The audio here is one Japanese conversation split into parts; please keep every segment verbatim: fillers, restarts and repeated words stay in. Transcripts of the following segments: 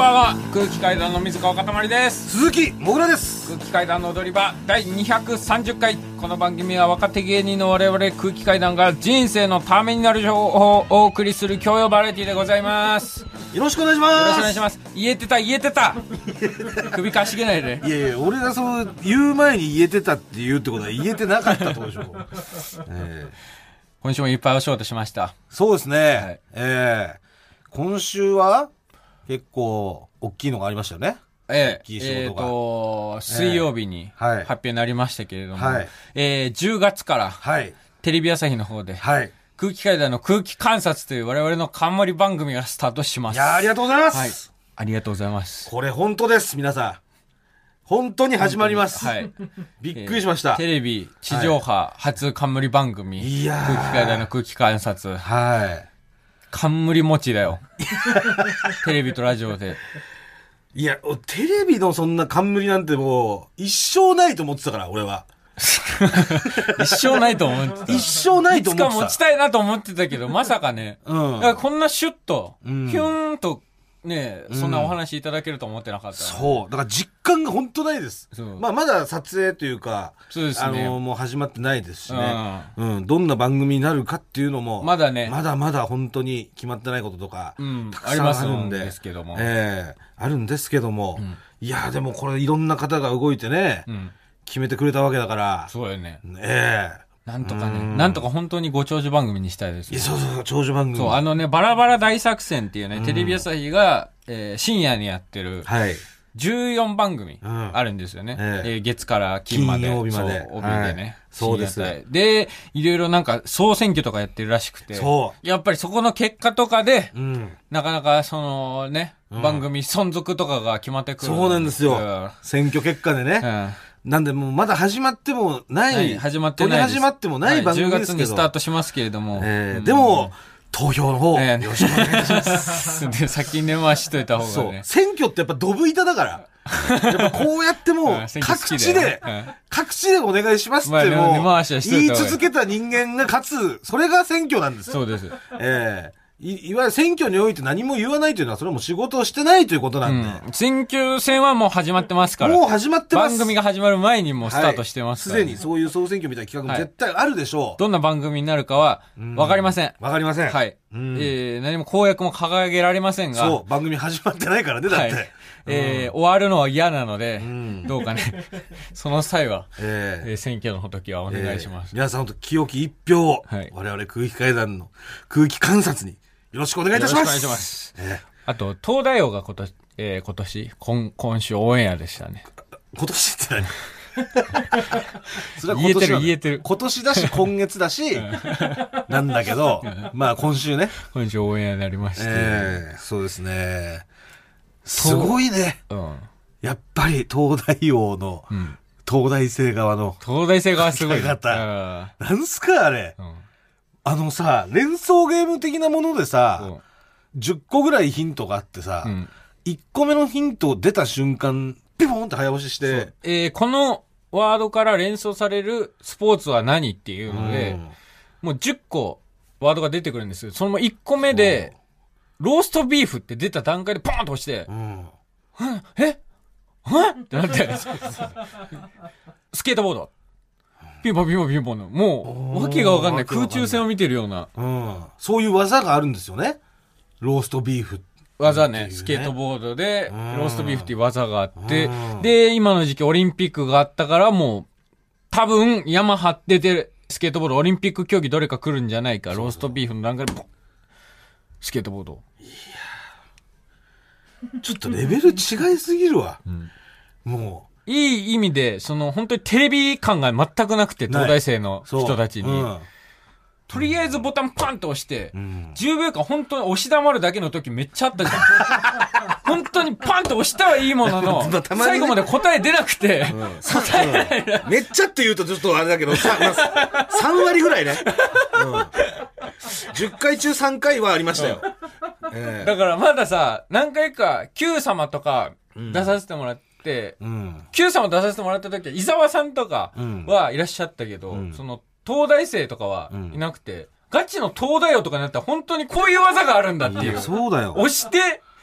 ばんは。空気階段の水川かたまりです。 鈴木もぐらです。 空気階段の踊り場だいにひゃくさんじゅっかい。この番組は若手芸人の我々空気階段が人生のためになる情報をお送りする教養バラエティでございます。 よろしくお願いします。 よろしくお願いします。言えてた言えてた首かしげないで。 いやいや、俺がそう言う前に言えてたって言うってことは言えてなかったってことでしょ、えー、 今週もいっぱいお仕事しました。 そうですね、はい、えー、今週は結構大きいのがありましたよね。 えええー、と水曜日に発表になりましたけれども、はい、えー、じゅうがつから、はい、テレビ朝日の方で、はい、空気階段の空気観察という我々の冠番組がスタートします。 いや、ありがとうございます、はい、 ありがとうございます。 これ本当です。皆さん本当に始まります、はい、びっくりしました、 えー、テレビ地上波初冠番組、はい、空気階段の空気観察、はい、冠持ちだよテレビとラジオで。 いや、テレビのそんな冠なんてもう一生ないと思ってたから俺は一生ないと思ってた。 一生ないと思ってた。 いつか持ちたいなと思ってたけどまさかね、うん、だからこんなシュッと、うん、ヒューンとね、そんなお話いただけると思ってなかった、ね、 うん、そうだから実感が本当ないです。まあまだ撮影というか、 そうですね、 あのもう始まってないですしね、うんうん、どんな番組になるかっていうのもまだね、 まだまだ本当に決まってないこととか、うん、たくさんあるんで、 ありますですけども、 えー、あるんですけども、うん、いやでもこれいろんな方が動いてね、うん、決めてくれたわけだから。 そうよね、 ええー、 なんとかね、んなんとか本当にご長寿番組にしたいですね。 いや、そうそう、長寿番組。 そう、あのね、バラバラ大作戦っていうね、テレビ朝日が、えー、深夜にやってる、はい、じゅうよんばんぐみあるんですよね。うん、えー、月から金まで。 金曜日まで。 そう、帯でね。はい、 そうです。 で、いろいろなんか総選挙とかやってるらしくて、そう。やっぱりそこの結果とかで、うん、なかなかそのね、うん、番組存続とかが決まってくる。 そうなんですよ。うん、選挙結果でね。うん、なんでもうまだ始まってもない、はい、 始まってないです。 始まってもない番組ですけど、はい、 じゅうがつにスタートしますけれども、 えーうん、でも投票の方、えー、よろしくお願いしますで先に根回しといた方がね。そう選挙ってやっぱドブ板だからやっぱこうやってもう各地で各地でお願いしますってもう言い続けた人間が勝つ、それが選挙なんです。 そうです、 えーい, いわゆる選挙において何も言わないというのはそれはもう仕事をしてないということなんで、 うん、選挙戦はもう始まってますから。 もう始まってます。 番組が始まる前にもうスタートしてますから、ね、 はい、すでにそういう総選挙みたいな企画も絶対あるでしょう、はい、 どんな番組になるかは分かりません。 分かりません。 はい、うん、えー、何も公約も掲げられませんが、 そう番組始まってないからね、だって、はい、 えーうん、終わるのは嫌なので、うん、どうかねその際は、えーえー、選挙の時はお願いします、 えー、皆さん本当清き一票を、はい、我々空気階段の空気観察によろしくお願いいたします。よろしくお願いします。えー、 あと、東大王が今年、えー、今年、今、今週オンエアでしたね。 今年って何それは今年言えてる言えてる。 今年だし、今月だし、なんだけど、まあ今週ね。 今週オンエアになりまして。 えー、そうですね。すごいね。うん、やっぱり東大王の、うん、東大生側の。 東大生側すごい。 方。なんすかあれ。うん、あのさ、連想ゲーム的なものでさ、うん、じゅっこぐらいヒントがあってさ、うん、いっこめのヒント出た瞬間、ピボンって早押しして、 えー、このワードから連想されるスポーツは何っていうので、うん、もうじゅっこワードが出てくるんですよ。そのいっこめで、ローストビーフって出た段階でポーンと押して、うん、えええってなって、スケートボード。ピンポンピンポンピンポンの。もう、わけがわかんない空中戦を見てるような。 うん。そういう技があるんですよね。ローストビーフ、ね。 技ね。スケートボードで、ローストビーフっていう技があって、で、今の時期オリンピックがあったからもう、多分、ヤマハ出てるスケートボード、オリンピック競技どれか来るんじゃないか。ローストビーフの段階で、ポン。スケートボード。いやちょっとレベル違いすぎるわ。うん、もう。 いい意味で、その、本当にテレビ感が全くなくて、東大生の人たちに。うん、とりあえずボタンパンと押して、うん、じゅうびょうかん本当に押し黙るだけの時めっちゃあったじゃん。本当にパンと押したはいいものの、ね、最後まで答え出なくて、うん、答えないな、 うん。めっちゃって言うとちょっとあれだけど、さ、まあ、さんわりぐらいね。うん、じゅっかい中さんかいはありましたよ。 うんえー、だからまださ、何回か Q 様とか出させてもらって、で、うん、Q さんを出させてもらった時は伊沢さんとかはいらっしゃったけど、うん、その東大生とかはいなくて、うん、ガチの東大王とかになったら本当にこういう技があるんだっていう。 そうだよ。 押して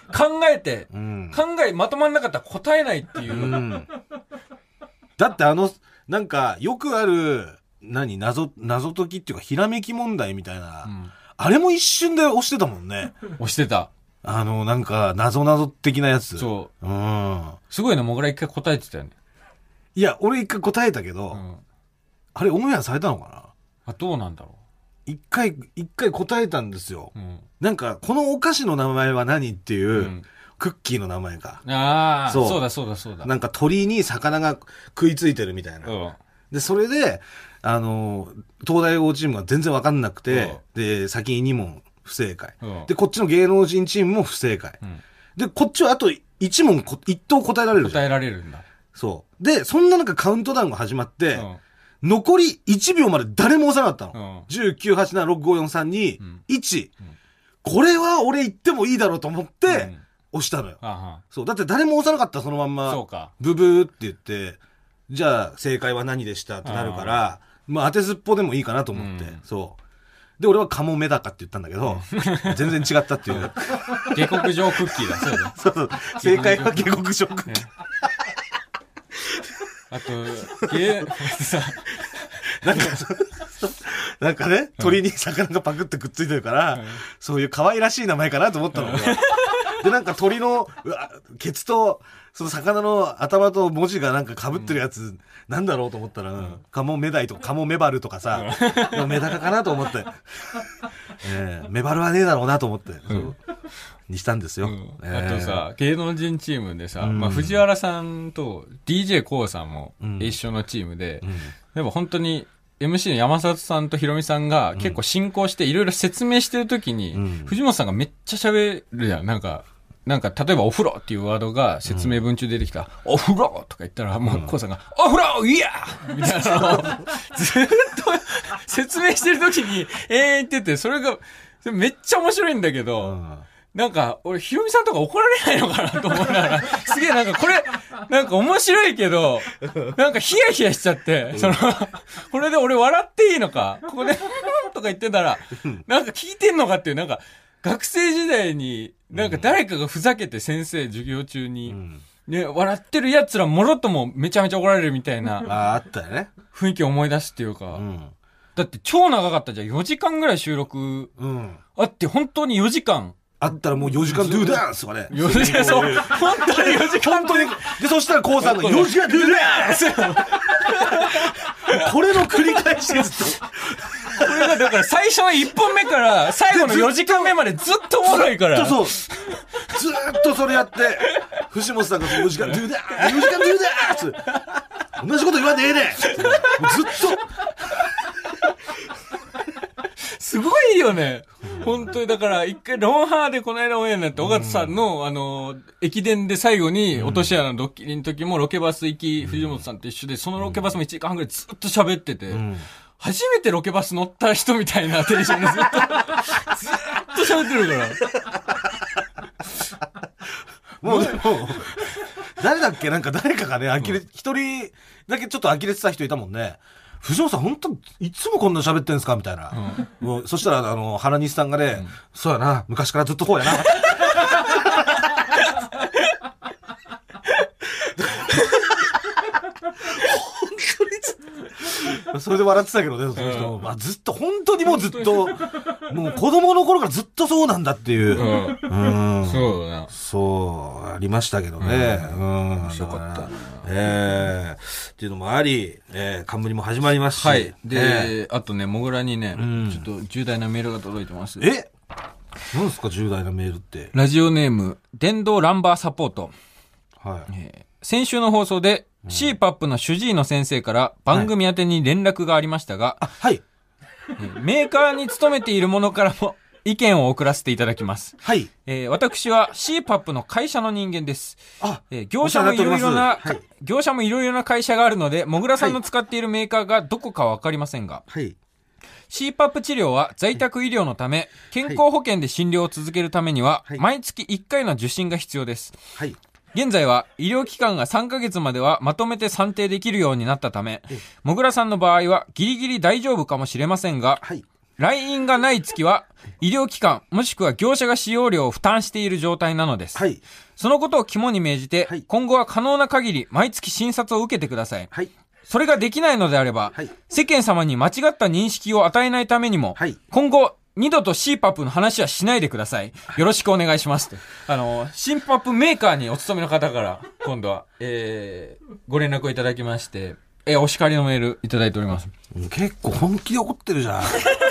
考えて、うん、考えまとまんなかったら答えないっていう、うん、 だってあのなんかよくある何謎謎解きっていうかひらめき問題みたいな、うん、あれも一瞬で押してたもんね。 押してた。 あのなんか謎謎的なやつ。 そう、 うん、 すごいね。もぐら一回答えてたよね。 いや俺一回答えたけど、うん、あれオンエアされたのかな。 あ、どうなんだろう。 一回、一回答えたんですよ。うん、なんか、このお菓子の名前は何っていう、うん、クッキーの名前か。 ああ、そう。そうだそうだそうだ。 なんか鳥に魚が食いついてるみたいな。うん、で、それで、あの、東大王チームが全然わかんなくて、うん、で、先にに問不正解、うん。で、こっちの芸能人チームも不正解。うん、で、こっちはあといち問、いち答答えられるじゃん。 答えられるんだ。 そう。で、そんな中カウントダウンが始まって、うん残りいちびょうまで誰も押さなかったの。うん、じゅう、きゅう、はち、なな、ろく、ご、よん、さん、に、いち、うん。これは俺言ってもいいだろうと思って、押したのよ、うん。そう。だって誰も押さなかったそのまんま、 そうかブブーって言って、じゃあ正解は何でしたってなるから、まあ当てずっぽでもいいかなと思って、うん、そう。で、俺はカモメダカって言ったんだけど、全然違ったっていう。 下克上クッキーだ、そうだ。 そうそう。正解は下克上クッキー。 あと、ゲー、さ、 なんか、なんかね、鳥に魚がパクってくっついてるから、うん、そういう可愛らしい名前かなと思ったの。で、なんか鳥の、うわ、ケツと、その魚の頭と文字がなんか被ってるやつ、うん、なんだろうと思ったら、うん、カモメダイとかカモメバルとかさ、うん、メダカかなと思って、えー、メバルはねえだろうなと思って、うん、にしたんですよ、うんえー、あとさ芸能人チームでさ、うんまあ、藤原さんと ディージェー コウさんも一緒のチームで、うん、でも本当に エムシー の山里さんとひろみさんが結構進行していろいろ説明してるときに、うん、藤本さんがめっちゃ喋るじゃん。なんかなんか例えばお風呂っていうワードが説明文中出てきた、うん、お風呂とか言ったらもうコウさんが、うん、お風呂いやみたいなのをずっと説明してるときにえー言ってて、それがめっちゃ面白いんだけど、うんなんか、俺、ひろみさんとか怒られないのかなと思いながら、すげえなんかこれ、なんか面白いけど、なんかヒヤヒヤしちゃって、その、これで俺笑っていいのか、ここで、とか言ってたら、なんか聞いてんのかっていう、なんか、学生時代に、なんか誰かがふざけて先生、授業中に、ね、笑ってる奴らもろともめちゃめちゃ怒られるみたいな、 あ、あったよね。 雰囲気を思い出すっていうか、うん、だって超長かったじゃん。よじかんぐらい収録、うん、あって、本当によじかん、 あったらもうよじかんドゥーダンスとかね。 よじかん、そう。本当によじかん。 本当に。で、そしたらコウさんがよじかんドゥーダンスこれの繰り返しですと。 これがだから最初のいっぽんめから最後のよじかんめまでずっとおもろいから。 ずっとそう。ずっとそれやって、藤本さんがよじかんドゥーダンスよじかんドゥーダンス同じこと言わんでええねんずっと。 すごいよね。本当にだから一回ロンハーでこの間オンエアになって尾形さんの、うん、あの駅伝で最後に落とし穴のドッキリの時もロケバス行き、うん、藤本さんと一緒でそのロケバスもいちじかんはんぐらいずっと喋ってて、うん、初めてロケバス乗った人みたいなテンションでずっとずっと喋ってるからもうでも誰だっけなんか誰かがね呆れ一、うん、人だけちょっと呆れてた人いたもんね。藤本さん本当いつもこんな喋ってんすかみたいな、うん、もうそしたらあの原西さんがね、うん、そうやな昔からずっとこうやな本当にそれで笑ってたけどねその人、うんまあ、ずっと本当にもうずっともう子供の頃からずっとそうなんだっていう、うんうん、そうだなそうありましたけどね、うん、うん、よかったえー、っていうのもあり、えー、冠も始まりますし。 はい。で、えー、あとね、もぐらにね、うん、ちょっと重大なメールが届いてます。 え何ですか重大なメールって。 ラジオネーム、電動ランバーサポート。 はい。 えー、先週の放送で、うん、シーパップ の主治医の先生から番組宛てに連絡がありましたが、 はい、あ、はい。 えー、メーカーに勤めているものからも、意見を送らせていただきます。 はい。 えー、私は シーパップ の会社の人間です。あ、えー、業者もいろいろな、はい、業者もいろいろな会社があるので、もぐらさんの使っているメーカーがどこかわかりませんが、 はい。 シーパップ 治療は在宅医療のため、健康保険で診療を続けるためには、はい、毎月いっかいの受診が必要です。 はい。 現在は医療機関がさんかげつまではまとめて算定できるようになったため、もぐらさんの場合はギリギリ大丈夫かもしれませんが、 はい。 ライン がない月は、医療機関、もしくは業者が使用料を負担している状態なのです。 はい。 そのことを肝に銘じて、はい、今後は可能な限り毎月診察を受けてください。はい。それができないのであれば、はい、世間様に間違った認識を与えないためにも、はい、今後、二度と シーパップ の話はしないでください。よろしくお願いします。あの、シーパップ メーカーにお勤めの方から、今度は、えー、ご連絡をいただきまして、えー、お叱りのメールいただいております。 結構本気で怒ってるじゃん。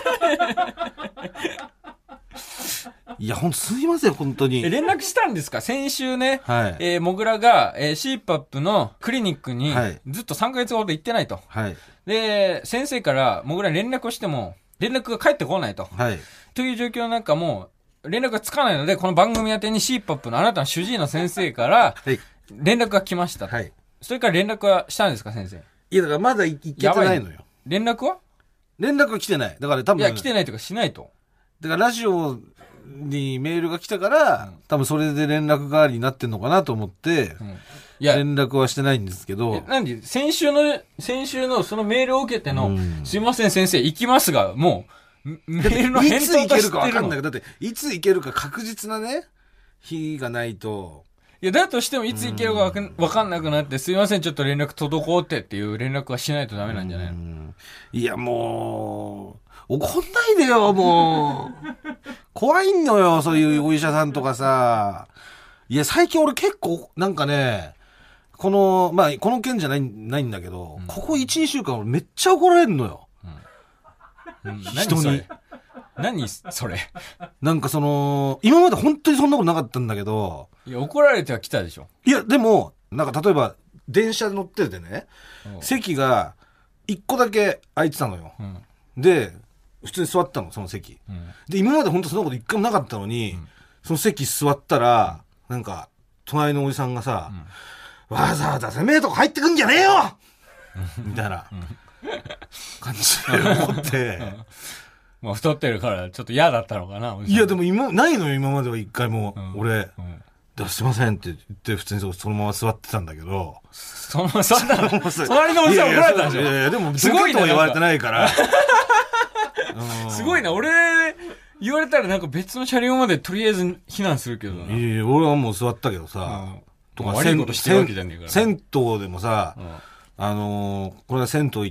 いや、ほんとすいません、本当に。 連絡したんですか？先週ね、 はい、 えー、もぐらが、えー、シーパップ のクリニックに、ずっとさんかげつほど行ってないと。はい、で、先生から、もぐらに連絡をしても、連絡が返ってこないと。はい。という状況の中も、連絡がつかないので、この番組宛てに シーパップ のあなたの主治医の先生から、連絡が来ました。はい。それから連絡はしたんですか、先生？ いや、だからまだ行けてないのよ。 連絡は連絡は来てない。だから多分。 いや、来てないとかしないと。 だからラジオにメールが来たから、うん、多分それで連絡代わりになってんのかなと思って、うん、いや連絡はしてないんですけど。 なんで、先週の、先週のそのメールを受けての、うん、すいません先生、行きますが、もう、メールの返答としてるの。 いつ行けるか分かんない。だって、いつ行けるか確実なね、日がないと。 いや、だとしてもいつ行けるか分かんなくなって、すいません、ちょっと連絡滞ってっていう連絡はしないとダメなんじゃないの？ いや、もう、怒んないでよ、もう。怖いのよ、そういうお医者さんとかさ。いや、最近俺結構、なんかね、この、まあ、この件じゃない、ないんだけど、うん、ここいち、にしゅうかん俺めっちゃ怒られるのよ。 うん、人に。何それ。 なんかその、今まで本当にそんなことなかったんだけど。 いや、怒られては来たでしょ。 いや、でも、なんか例えば、電車乗っててね、席が一個だけ空いてたのよ。うん、で、普通に座ったの、その席。うん、で、今まで本当そんなこと一回もなかったのに、うん、その席座ったら、なんか、隣のおじさんがさ、うん、わざわざ攻めえとこ入ってくんじゃねえよみたいな感じで思って。 まあ太ってるからちょっと嫌だったのかな。 いやでも今、ないのよ、今までは一回も。うん、俺、うん、すいませんって言って普通にそのまま座ってたんだけど。 そのまま座ったの隣のおじさん怒られたんでしょ。 いやいや、でもすごいとは言われてないから。 すごいな、俺、言われたらなんか別の車両までとりあえず避難するけどな。 いやいや、俺はもう座ったけどさ。うん、 とか悪いことしてるわけじゃねえから。 銭湯でもさ、うん、あのー、これが銭湯行って、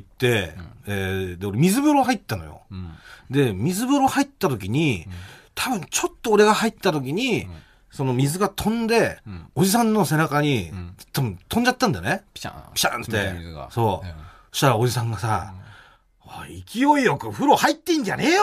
うん、えー、で、俺水風呂入ったのよ。うん、で、水風呂入った時に、うん、多分ちょっと俺が入った時に、うん、その水が飛んで、うん、おじさんの背中に、うん、多分飛んじゃったんだよね。 ピシャーン。 ピシャーンって。そう。うん、そしたらおじさんがさ、うん、勢いよく風呂入ってんじゃねえよ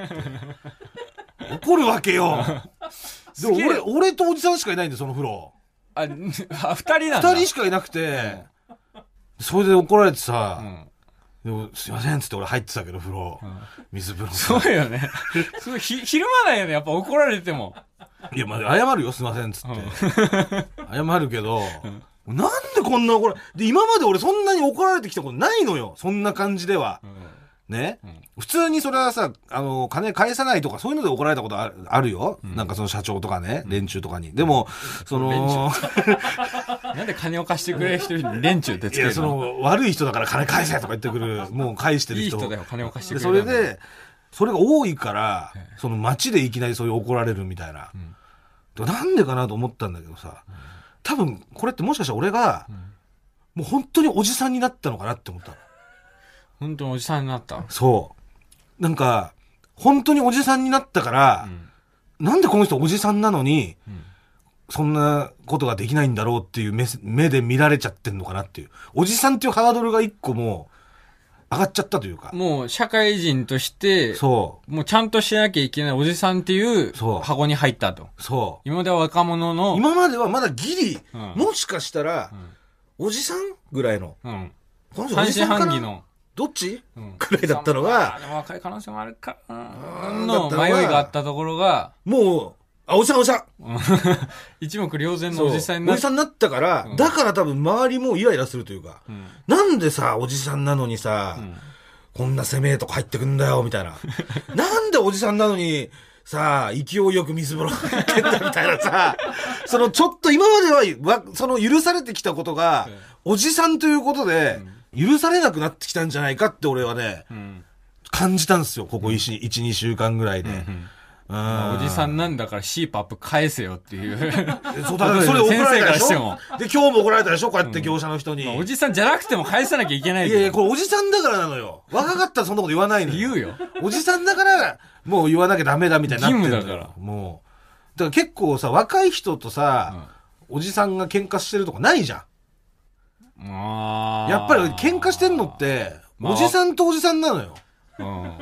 怒るわけよ。でも俺、俺とおじさんしかいないんだよ、その風呂。 あ、二人なんだ。 二人しかいなくて、うん、それで怒られてさ、うん、でもすいませんっつって俺入ってたけど風呂、うん、水風呂。 そうよね。すごいひ、ひるまないよね、やっぱ怒られても。 いや、まあ、謝るよ、すいませんっつって。うん、謝るけど、うん、なんでこんな怒られ、で、今まで俺そんなに怒られてきたことないのよ、そんな感じでは。うんね、うん、普通にそれはさ、あの、金返さないとかそういうので怒られたことある、あるよ、うん。なんかその社長とかね、うん、連中とかに。でも、その、 なんで金を貸してくれる人に連中ってつけるの？いや、 その、悪い人だから金返せとか言ってくる、もう返してる人。 いい人だよ、金を貸してくれる。 それで、それが多いから、その街でいきなりそういう怒られるみたいな。うん、なんでかなと思ったんだけどさ、うん、多分これってもしかしたら俺が、うん、もう本当におじさんになったのかなって思ったの。 本当におじさんになった？ そう。なんか、本当におじさんになったから、うん、なんでこの人おじさんなのに、うん、そんなことができないんだろうっていう 目, 目で見られちゃってんのかなっていう。おじさんっていうハードルが一個もう上がっちゃったというか。 もう社会人として、そう。もうちゃんとしなきゃいけないおじさんっていう箱に入ったと。そう。今までは若者の。 今まではまだギリ、うん、もしかしたら、うん、おじさんぐらいの。うん。この人おじさんかな？半信半疑の。どっち、うん、くらいだったのが、 若い可能性もあるか、うん、の迷いがあったところが、 もう、あ、おじさんおじさん一目瞭然のおじさんになった。 おじさんになったから、うん、だから多分周りもイライラするというか、うん、なんでさ、おじさんなのにさ、うん、こんな攻めえとか入ってくんだよ、みたいな。なんでおじさんなのに、さあ、勢いよく水風呂入ってんだ、みたいなさ、そのちょっと今までは、その許されてきたことが、おじさんということで、うん、許されなくなってきたんじゃないかって俺はね、うん、 感じたんですよ、ここいち、にしゅうかんぐらいで。うんうんまあ、おじさんなんだから シーパップ 返せよっていう。 そうだからそれ怒られたでしょ。で、今日も怒られたでしょ、こうやって業者の人に。 うんまあ、おじさんじゃなくても返さなきゃいけない。 いやいや、これおじさんだからなのよ。若かったらそんなこと言わないのよ。 言うよ。 おじさんだから、もう言わなきゃダメだみたいになってるのよ。 義務だから。 もう。だから結構さ、若い人とさ、うん、おじさんが喧嘩してるとかないじゃん。 あやっぱり喧嘩してんのって、まあ、おじさんとおじさんなのよ。 うん。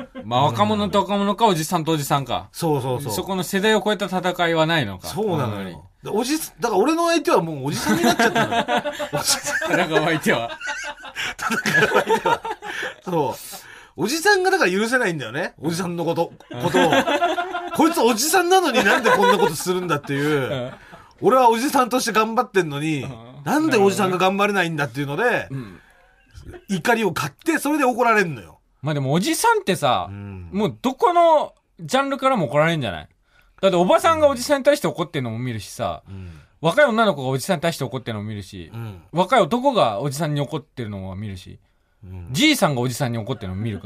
まあ若者と若者かおじさんとおじさんか。 そうそうそう。 そこの世代を超えた戦いはないのか。 そうなのよ。おじ、だから俺の相手はもうおじさんになっちゃったのよ。 戦う相手は。 戦う相手は。そう。おじさんがだから許せないんだよね。おじさんのこと、ことを。こいつおじさんなのになんでこんなことするんだっていう。うん、俺はおじさんとして頑張ってんのに、うん、なんでおじさんが頑張れないんだっていうので、うん、怒りを買ってそれで怒られるのよ。 まあでもおじさんってさ、うん、もうどこのジャンルからも怒られるんじゃない？だっておばさんがおじさんに対して怒ってるのも見るしさ、うん、若い女の子がおじさんに対して怒ってるのも見るし、うん、若い男がおじさんに怒ってるのも見るし、うん、じいさんがおじさんに怒ってるのも見るから、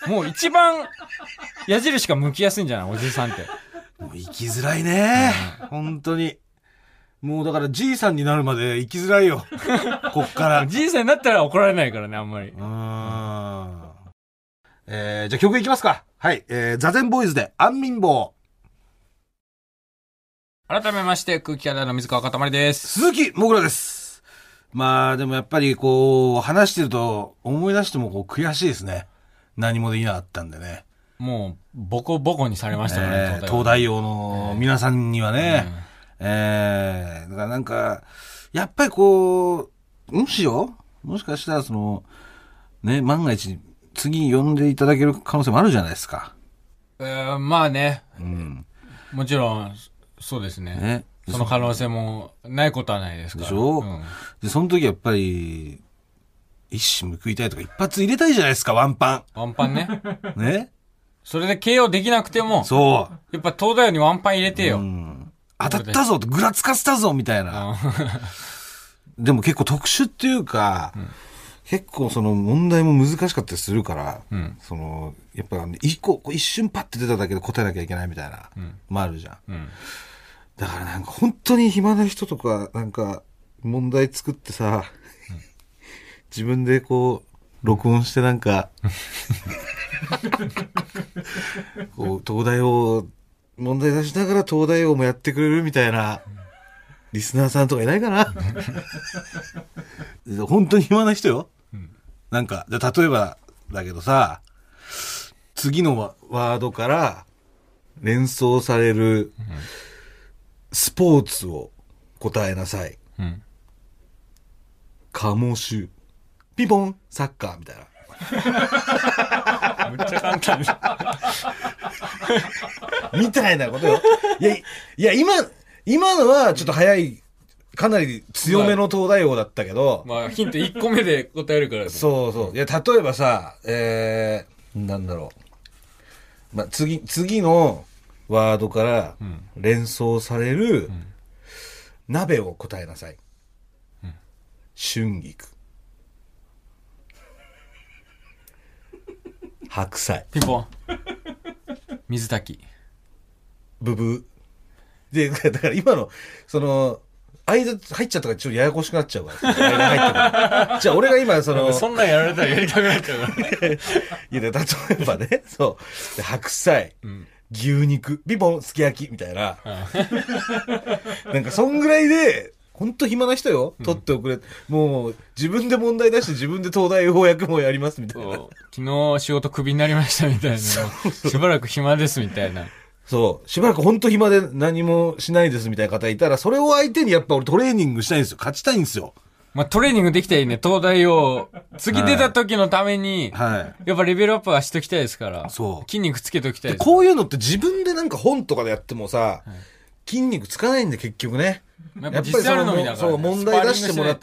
もう一番矢印が向きやすいんじゃない？おじさんって。 もう生きづらいね、うん、本当に。もうだからじいさんになるまで生きづらいよ。こっから。 じいさんになったら怒られないからね、あんまり。 うーん。えー、じゃあ曲いきますか。はい。えー、ザゼンボーイズで、アンミンボー。改めまして、空気階段の水川かたまりです。 鈴木もぐらです。まあ、でもやっぱりこう、話してると、思い出してもこう、悔しいですね。何もできなかったんでね。 もう、ボコボコにされましたからね、 えー、東大王の皆さんにはね。えー、えー、だからなんか、やっぱりこう、もしよ、もしかしたらその、ね、万が一、次呼んでいただける可能性もあるじゃないですか。 えー、まあね、うん。もちろん、そうですね。ね、その可能性もないことはないですから。 でしょ、うん、で、その時やっぱり、一矢報いたいとか一発入れたいじゃないですか、ワンパン。 ワンパンね。 ね。 それで ケーオー できなくても、 そう。 やっぱ東大王にワンパン入れてよ。うん、 当たったぞぐらつかせたぞみたいな。でも結構特殊っていうか、うん、結構その問題も難しかったりするから、うん、そのやっぱ一個一瞬パッて出ただけで答えなきゃいけないみたいな、うん、もあるじゃん、うん、だからなんか本当に暇な人とかなんか問題作ってさ、うん、自分でこう録音してなんかこう東大王問題出しながら東大王もやってくれるみたいなリスナーさんとかいないかな。本当に暇な人よ、うん、なんかじゃ例えばだけどさ、次のワードから連想されるスポーツを答えなさい、うん、カモシュピボンサッカーみたいな。 めっちゃ簡単みたいなことよ。いやいや今今のはちょっと早い、かなり強めの東大王だったけど。 まあ、まあ、ヒントいっこめで答えるから。 そうそう。いや、例えばさ、えー、なんだろう。まあ、次、次のワードから連想される、うん、鍋を答えなさい。うん、春菊。白菜。 ピンポン。水炊き。 ブブー。で、だから今の、その、間入っちゃったからちょっとややこしくなっちゃうから。間入ってから。じゃあ俺が今、その。 そんなんやられたらやりたくなっちゃうから。いや、例えばね、そう。白菜、うん、牛肉、ビボン、すき焼き、みたいな。なんか、そんぐらいで、ほんと暇な人よ。取っておくれ、うん。もう、自分で問題出して自分で東大法訳もやりますみたいな。 昨日仕事クビになりましたみたいな。しばらく暇ですみたいな。 そう。しばらくほんと暇で何もしないですみたいな方いたら、それを相手にやっぱ俺トレーニングしたいんですよ。勝ちたいんですよ。 まあ、トレーニングできたらいいね。東大を、次出た時のために、はい。やっぱレベルアップはしときたいですから。そう。筋肉つけときたいです。 こういうのって自分でなんか本とかでやってもさ、はい、筋肉つかないんで結局ね。 やっぱりその、 そう、問題出してもらって、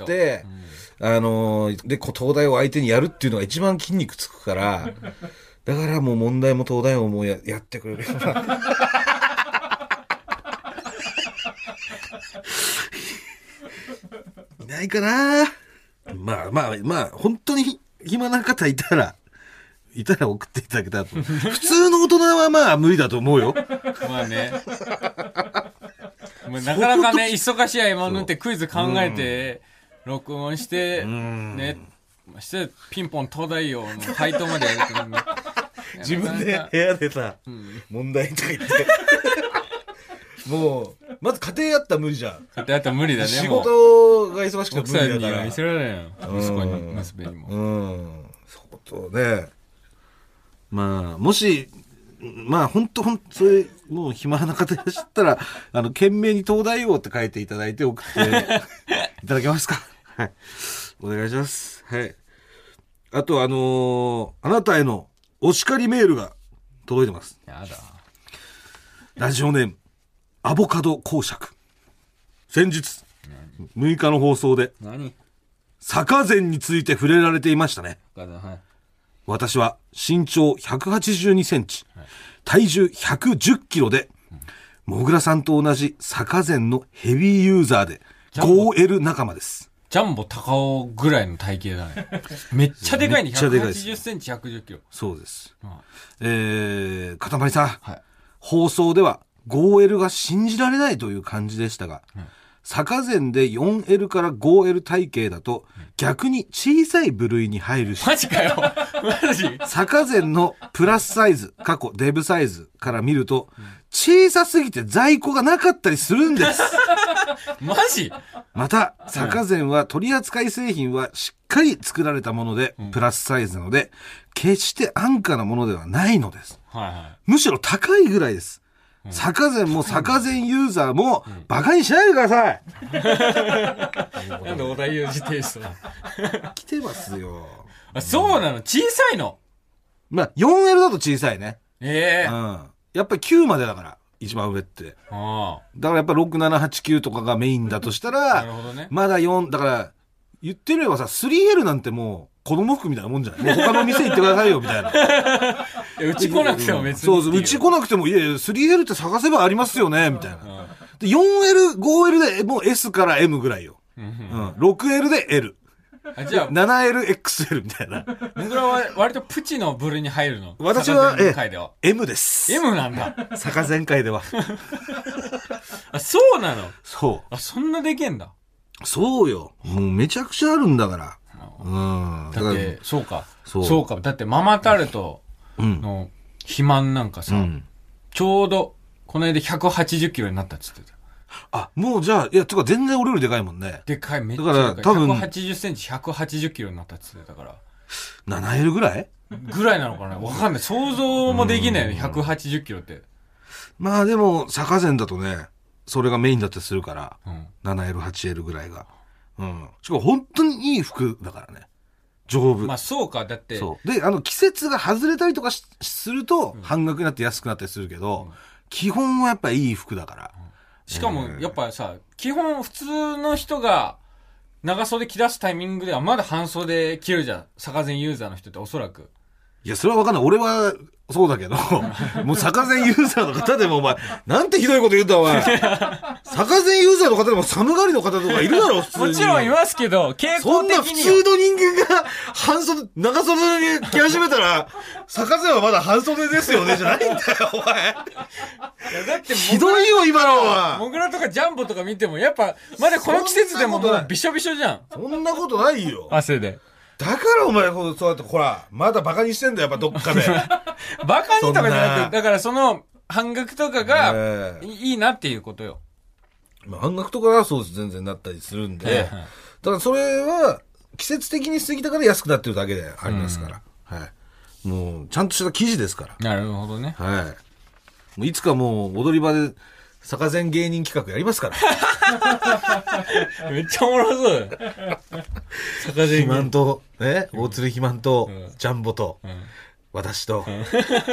うん、あのー、で、東大を相手にやるっていうのが一番筋肉つくから、だからもう問題も東大をもう や, やってくれる。いないかな。まあまあまあ、本当に暇な方いたら、 いたら送っていただけたらと。普通の大人はまあ無理だと思うよ。 まあね。もうなかなかね、忙しい合間を縫ってクイズ考えて、録音して、ね、してピンポン東大王の回答までやるってね。 自分で部屋でさ、うん、問題とか言って。もう、まず家庭やったら無理じゃん。 家庭やったら無理だね。 仕事が忙しくて無理だから。奥さんには見せられないよ。息子に、娘にも。 うん。そうね。まあ、もし、まあ、ほんとほんと、それ、もう暇な方いらっしゃったら、あの、懸命に東大王って書いていただいて送っていただけますか。はい。お願いします。はい。あと、あのー、あなたへのお叱りメールが届いてます。 やだ。 ラジオネーム、アボカド公爵。先日、むいかの放送で、 何坂膳について触れられていましたね。 はい、 私は身長ひゃくはちじゅうにセンチ、はい、体重ひゃくじゅっキロで、うん、もぐらさんと同じ坂膳のヘビーユーザーで ゴーエル 仲間です。 ジャンボ高尾ぐらいの体型だね。めっちゃでかいね。ひゃくはちじゅっセンチ、ひゃくじゅっキロ。 そうです。うん、えー、かたまりさん、はい、放送では ゴーエル が信じられないという感じでしたが、うん、坂膳で よんエル から ゴーエル 体型だと逆に小さい部類に入るし、 マジかよ。マジ。 坂膳のプラスサイズ、過去デブサイズから見ると、小さすぎて在庫がなかったりするんです。 マジ？ また、坂膳は取扱い製品はしっかり作られたもので、プラスサイズなので、決して安価なものではないのです。 はいはい、 むしろ高いぐらいです。坂膳も坂膳ユーザーもバカにしないでください。 なんで小田裕二テイストな来てますよ。 あ、そうなの？小さいの？ まあ よんエル だと小さいね。 ええー、 うん。やっぱりきゅうまでだから一番上って。ああ。だからやっぱろく、なな、はち、きゅうとかがメインだとしたら、 なるほどね。 まだよんだから言ってみればさ スリーエル なんてもう子供服みたいなもんじゃない。もう他の店行ってくださいよみたいな。 うち来なくても別に、 うん、そうそう、うち来なくてもいやいや スリーエル って探せばありますよねみたいな。で よんエル、ごエル でもう エス から エム ぐらいよ。うん、ろくエル で エル。 あ、じゃあななエルエックスエル みたいな。 もぐらは割とプチの部類に入るの？ 私はえエム です。 エム なんだ。 坂前回では。 あ、そうなの？ そう。 あ、そんなでけんだ。 そうよ。もうめちゃくちゃあるんだから。うん。 だって、そうか。そう。そうか。だってママタルトの肥満なんかさ、うん、ちょうどこの間ひゃくはちじゅっキロになったっつってた。 あ、もうじゃあ、いや、つか全然俺よりでかいもんね。 でかい、めっちゃでかい。だから多分ひゃくはちじゅっセンチ、ひゃくはちじゅっキロになったっつってたから。 ななエル ぐらいぐらいなのかな、わかんない。想像もできないよね、ひゃくはちじゅっキロって。 まあでも、坂膳だとね、それがメインだったりするから、うん、ななエル、はちエル ぐらいが。うん。しかも本当にいい服だからね。丈夫。 まあそうか、だって。 そう。で、あの、季節が外れたりとかすると、半額になって安くなったりするけど、うん、基本はやっぱいい服だから。うんしかも、やっぱさ、基本普通の人が長袖着出すタイミングではまだ半袖着るじゃん。坂膳ユーザーの人っておそらく。 いや、それはわかんない。俺は、そうだけど、もう坂膳ユーザーの方でもお前、なんてひどいこと言うんだお前。坂膳ユーザーの方でも寒がりの方とかいるだろ、普通に。 もちろんいますけど、傾向的に。 そんな普通の人間が半袖、長袖に着始めたら、坂膳はまだ半袖ですよね、じゃないんだよ、お前。いや、だって、ひどいよ、今のは。 モグラとかジャンボとか見ても、やっぱ、まだこの季節でももうびしょびしょじゃん。 そんなことないよ。 汗で。 だからお前、そうやって、ほら、まだバカにしてんだよ、やっぱどっかで。 バカにとかじゃなくて、だからその、半額とかが、いいなっていうことよ。 まあ、半額とかはそうです、全然なったりするんで。だからそれは、季節的に過ぎたから安くなってるだけでありますから。うん、はい。もう、ちゃんとした記事ですから。 なるほどね。 はい。もういつかもう、踊り場で、坂膳芸人企画やりますから。 めっちゃおもろそう。 坂膳肥満と、え大鶴肥満と、うん、ジャンボと、うん、私と。うん、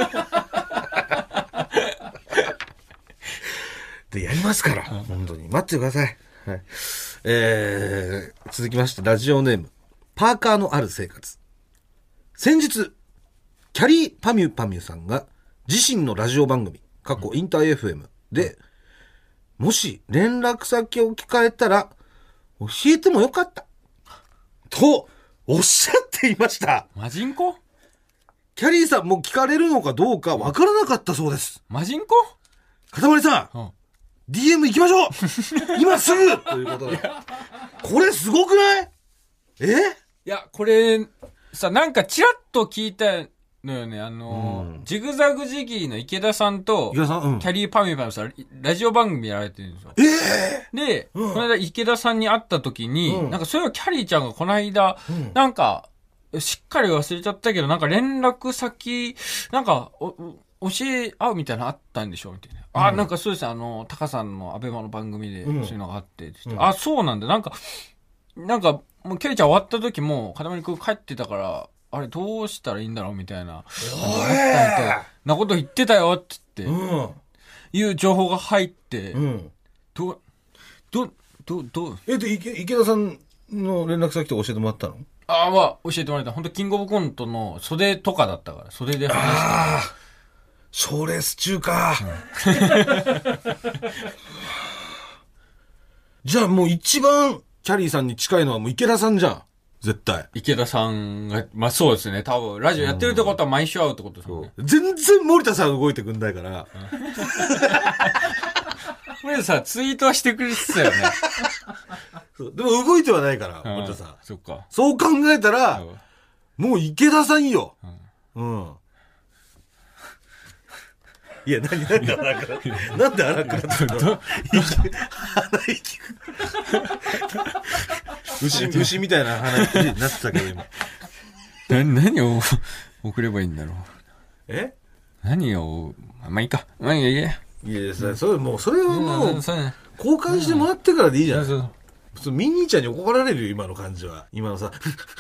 で、やりますから。うん、本当に。待ってください。はい。えー、続きまして、ラジオネーム。パーカーのある生活。先日、キャリーパミュパミュさんが、自身のラジオ番組、過去インター エフエム で、もし連絡先を聞かれたら教えてもよかったとおっしゃっていました。 マジンコ？ キャリーさんも聞かれるのかどうかわからなかったそうです。 マジンコかたまりさん、うん、ディーエム 行きましょう今すぐということで。これすごくない？え？ いや、これ、さ、なんかチラッと聞いたのよね。あの、うん、ジグザグジギーの池田さんと、 池田さん、うん、 キャリーパミュパミュさん、ラジオ番組やられてるんですよ。 えー、で、うん、この間池田さんに会った時に、うん、なんかそういえばキャリーちゃんがこの間、うん、なんか、しっかり忘れちゃったけど、なんか連絡先、なんか、お、教え合うみたいなのあったんでしょみたいな。うん、あ、なんかそうですね、あの、タカさんのアベマの番組で、そういうのがあって、うん、あ、そうなんだ。なんか、なんか、もうキャリーちゃん終わった時も、かたまりくん帰ってたから、あれどうしたらいいんだろうみたいな。あったみたいなこと言ってたよって言って、うん、いう情報が入って、うん、ど、ど、ど、ど、 えっと、池、池田さんの連絡先とか教えてもらったの？ ああ、まあ、教えてもらった。本当キングオブコントの袖とかだったから、袖で話してた。ああ、 賞レース中か。うん、じゃあもう一番キャリーさんに近いのはもう池田さんじゃん。絶対。 池田さんが、まあそうですね。多分、ラジオやってるってことは毎週会うってことですもんね。 全然森田さん動いてくんないから。 森田さんツイートはしてくれてたよね。 そうでも動いてはないから、森田さん。 そっか。 そう考えたら、もう池田さんよ。うん。うん、いや、なに、なんで荒くなってなんで荒くなってんの？鼻息。牛、牛みたいな鼻息になってたけど、今。 な、何を送ればいいんだろう。 え？ 何を、まあいいか。まあいいやいや。 いや、それ、もう、それはもう、交換してもらってからでいいじゃん。そう普通、ミニーちゃんに怒られるよ、今の感じは。今のさ。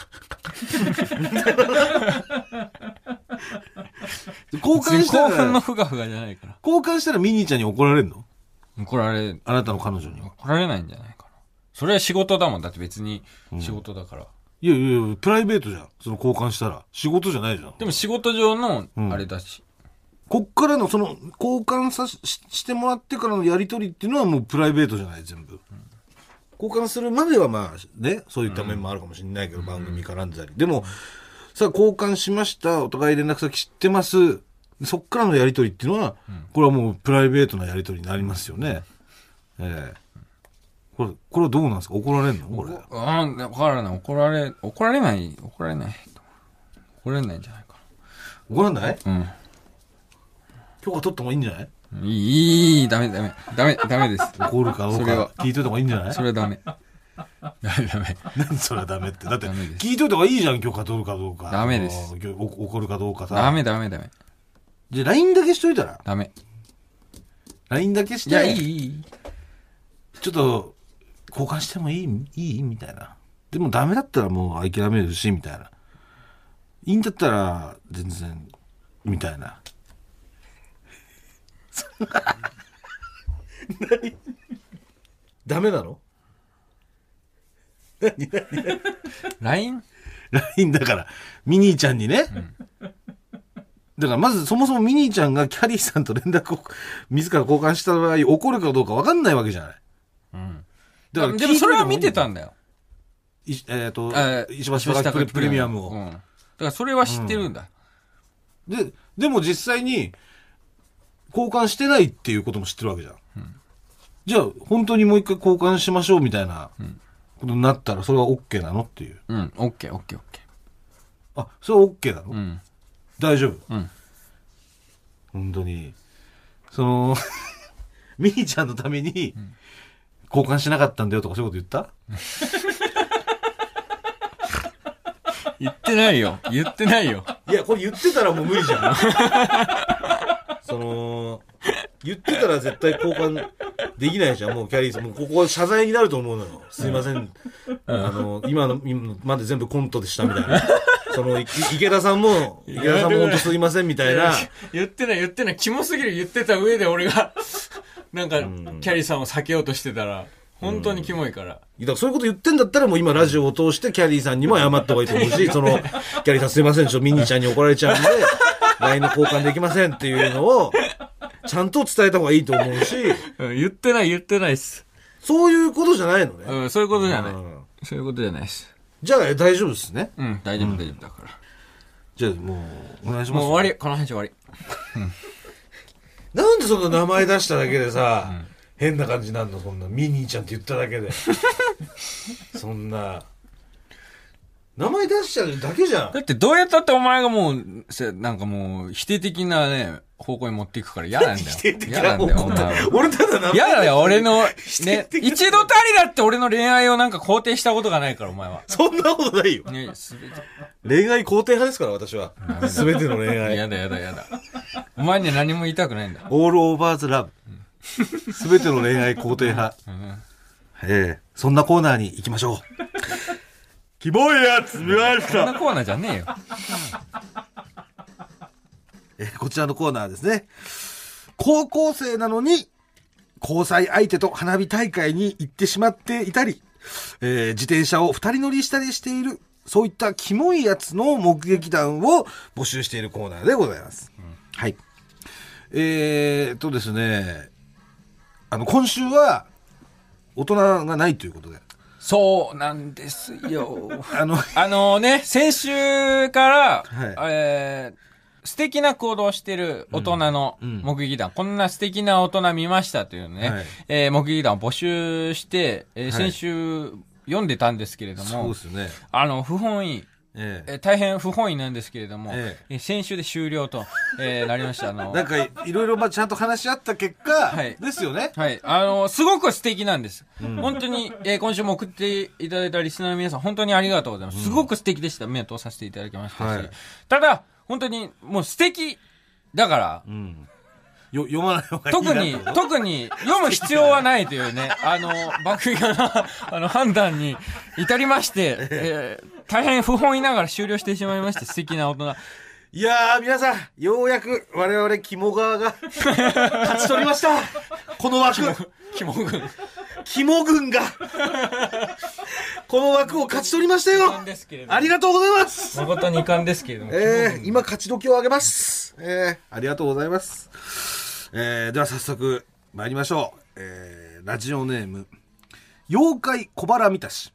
交換したら。 興奮のふがふがじゃないから。 交換したらミニーちゃんに怒られるの？ 怒られる。 あなたの彼女に。 怒られないんじゃないかな。それは仕事だもん。だって別に仕事だから。 うん、いやいや、プライベートじゃん。その交換したら。仕事じゃないじゃん。 でも仕事上の、あれだし。 うん、こっからのその、交換さし、してもらってからのやりとりっていうのはもうプライベートじゃない、全部。うん、交換するまではまあね、そういった面もあるかもしれないけど、うん、番組絡んでたり。でも、さあ交換しました。お互い連絡先知ってます。そっからのやりとりっていうのは、うん、これはもうプライベートなやりとりになりますよね。ええー、これ、これはどうなんですか？怒られんの？これ。 ああ、わからない。怒られ、怒られない、怒られない。怒られないんじゃないかな。怒らない？ うん。 許可取った方がいいんじゃない？ いい、いい、ダメ、ダメ。ダメ、ダメです。 怒るかどうか聞いといた方がいいんじゃない？ それはダメ。ダメダメ。 何それはダメって。だって聞いといた方がいいじゃん、許可取るかどうか。 ダメです。 怒るかどうかさ。 ダメダメダメ。 じゃあ ライン だけしといたら？ ダメ。 ライン だけして。 いや、いい、いい。 ちょっと、交換してもいいいいみたいな。でもダメだったらもう諦めるし、みたいな。いいんだったら、全然、みたいな。何ダメなの？何何何ライン？ ライン だから、ミニーちゃんにね。うん、だからまずそもそもミニーちゃんがキャリーさんと連絡を自ら交換した場合怒るかどうか分かんないわけじゃない。 うん。だからでもそれは見てたんだよ。 いえっ、ー、と、石橋貴明プレミアムを、うん。だからそれは知ってるんだ。 うん、で、でも実際に交換してないっていうことも知ってるわけじゃん。うん、じゃあ本当にもう一回交換しましょうみたいなことになったらそれは OK なのっていう。 うん、OK、OK、OK。 あ、それは OK なの？ うん。 大丈夫？ うん。 本当に。その、ミニちゃんのために、交換しなかったんだよとかそういうこと言った？ 言ってないよ。言ってないよ。 いや、これ言ってたらもう無理じゃん。その、言ってたら絶対交換できないじゃん。もうキャリーさん、もうここは謝罪になると思うのよ。すいません。うん、あの、今の、今まで全部コントでしたみたいな。その、池田さんも、池田さんも本当すいませんみたいな。 言ってない、言ってない。キモすぎる言ってた上で俺が、なんか、キャリーさんを避けようとしてたら、本当にキモいから。 だからそういうこと言ってんだったらもう今ラジオを通してキャリーさんにも謝った方がいいと思うし、その、キャリーさんすいません、ちょっとミニーちゃんに怒られちゃうんで、ライン の交換できませんっていうのを、ちゃんと伝えた方がいいと思うし。 うん、言ってない、言ってないっす。 そういうことじゃないのね。 うん、そういうことじゃない。うん、そういうことじゃないっす。 じゃあ大丈夫ですね。 うん、大丈夫、大丈夫だから。 じゃあもうお願いします。 もう終わり、この話終わり。 なんでそんな名前出しただけでさ、うん、変な感じなんの、そんなミニーちゃんって言っただけでそんな名前出しちゃうだけじゃん。 だってどうやったってお前がもうなんかもう否定的なね方向に持っていくから嫌なんだよ。 否定的な方向。俺ただ名前嫌だよ、俺のね一度たりだって俺の恋愛をなんか肯定したことがないからお前は。 そんなことないよ。ね、恋愛肯定派ですから私は。すべての恋愛。 やだやだやだ。お前には何も言いたくないんだ。 オールオーバーズラブ。すべての恋愛肯定派。うん、ええ、そんなコーナーに行きましょう。キモいやつ見ました。 そんなコーナーじゃねえよ。 えこちらのコーナーですね。高校生なのに交際相手と花火大会に行ってしまっていたり、えー、自転車を二人乗りしたりしている、そういったキモいやつの目撃談を募集しているコーナーでございます。うん、はい。えーっとですね、あの今週は大人がないということで。 そうなんですよ。あの、あのね、先週から、はい、えー、素敵な行動をしてる大人の目撃談、うんうん、こんな素敵な大人見ましたというね、はい、えー、目撃談を募集して、えー、先週読んでたんですけれども、 はい、そうですね。 あの、不本意。ええ、大変不本意なんですけれども、ええ、先週で終了と、えー、なりました。あのなんかいろいろちゃんと話し合った結果、はい、ですよね。 はい。あのすごく素敵なんです。うん、本当に、えー、今週も送っていただいたリスナーの皆さん本当にありがとうございます。うん、すごく素敵でした。目を通させていただきましたし、はい、ただ本当にもう素敵だから。うん、 よ読まない方がいい特に、特に読む必要はないというね、あの、番組があの判断に至りまして、えー、大変不本意ながら終了してしまいまして、素敵な大人。 いやー、皆さん、ようやく我々肝側が勝ち取りました。この枠。 肝軍。 肝軍が、この枠を勝ち取りましたよ。ありがとうございます。 誠に遺憾ですけれども。 えー、今勝ち時をあげます。えー、ありがとうございます。えー、では早速参りましょう。えー、ラジオネーム妖怪小腹満たし。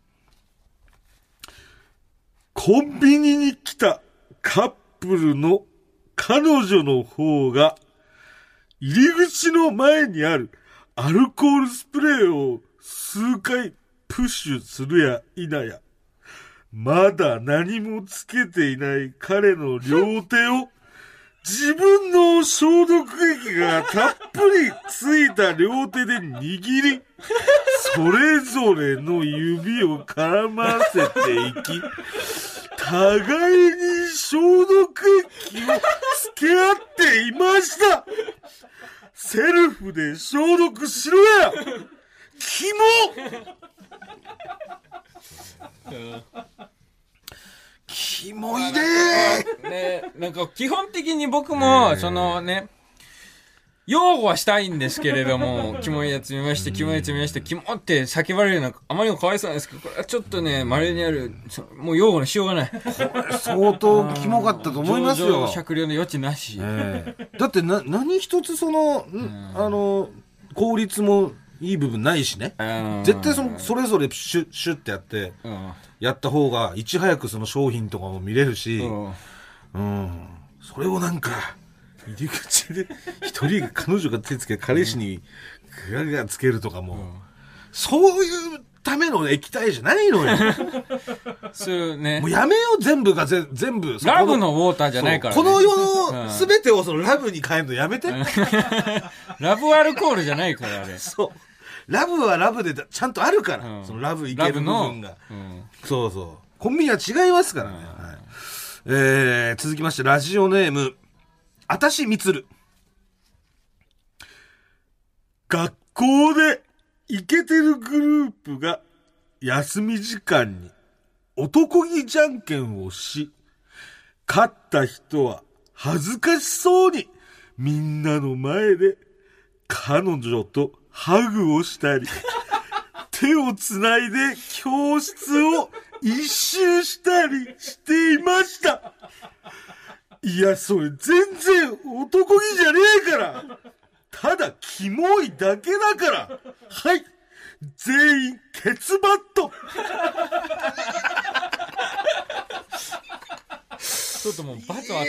コンビニに来たカップルの彼女の方が入り口の前にあるアルコールスプレーを数回プッシュするや否や、まだ何もつけていない彼の両手を自分の消毒液がたっぷりついた両手で握り、それぞれの指を絡ませていき、互いに消毒液をつけ合っていました。セルフで消毒しろや、キモキモいねー。ね、なんか基本的に僕もそのね、擁護はしたいんですけれども、キモいやつ見まして、キモいやつ見まして、キモって叫ばれるのはあまりにもかわいそうなんですけど、これはちょっとね、稀にある、もう擁護のしようがない。これ相当キモかったと思いますよ。 上場酌量の余地なし。 えー、だってな、何一つその、あの、効率もいい部分ないしね。絶対その、それぞれシュッ、シュッってやって、やった方が、いち早くその商品とかも見れるし、うん。それをなんか、入り口で一人が彼女が手つけ彼氏にグラグラつけるとかも、うん、そういうための液体じゃないのよ。 そうね。 もうやめよう、全部がぜ全部ラブのウォーターじゃないからね。 この世の全てをそのラブに変えるのやめて。 ラブアルコールじゃないからあれ。 そう。ラブはラブでちゃんとあるから、うん、そのラブいける部分が、うん、そうそう。コンビニは違いますからね。うん、はい、えー、続きましてラジオネームあたしみつる。学校でイケてるグループが休み時間に男気じゃんけんをし、勝った人は恥ずかしそうにみんなの前で彼女とハグをしたり、手をつないで教室を一周したりしていました。いや、それ全然男気じゃねえから。ただキモいだけだから。はい。全員ケツバット。 ちょっともう罰を与え出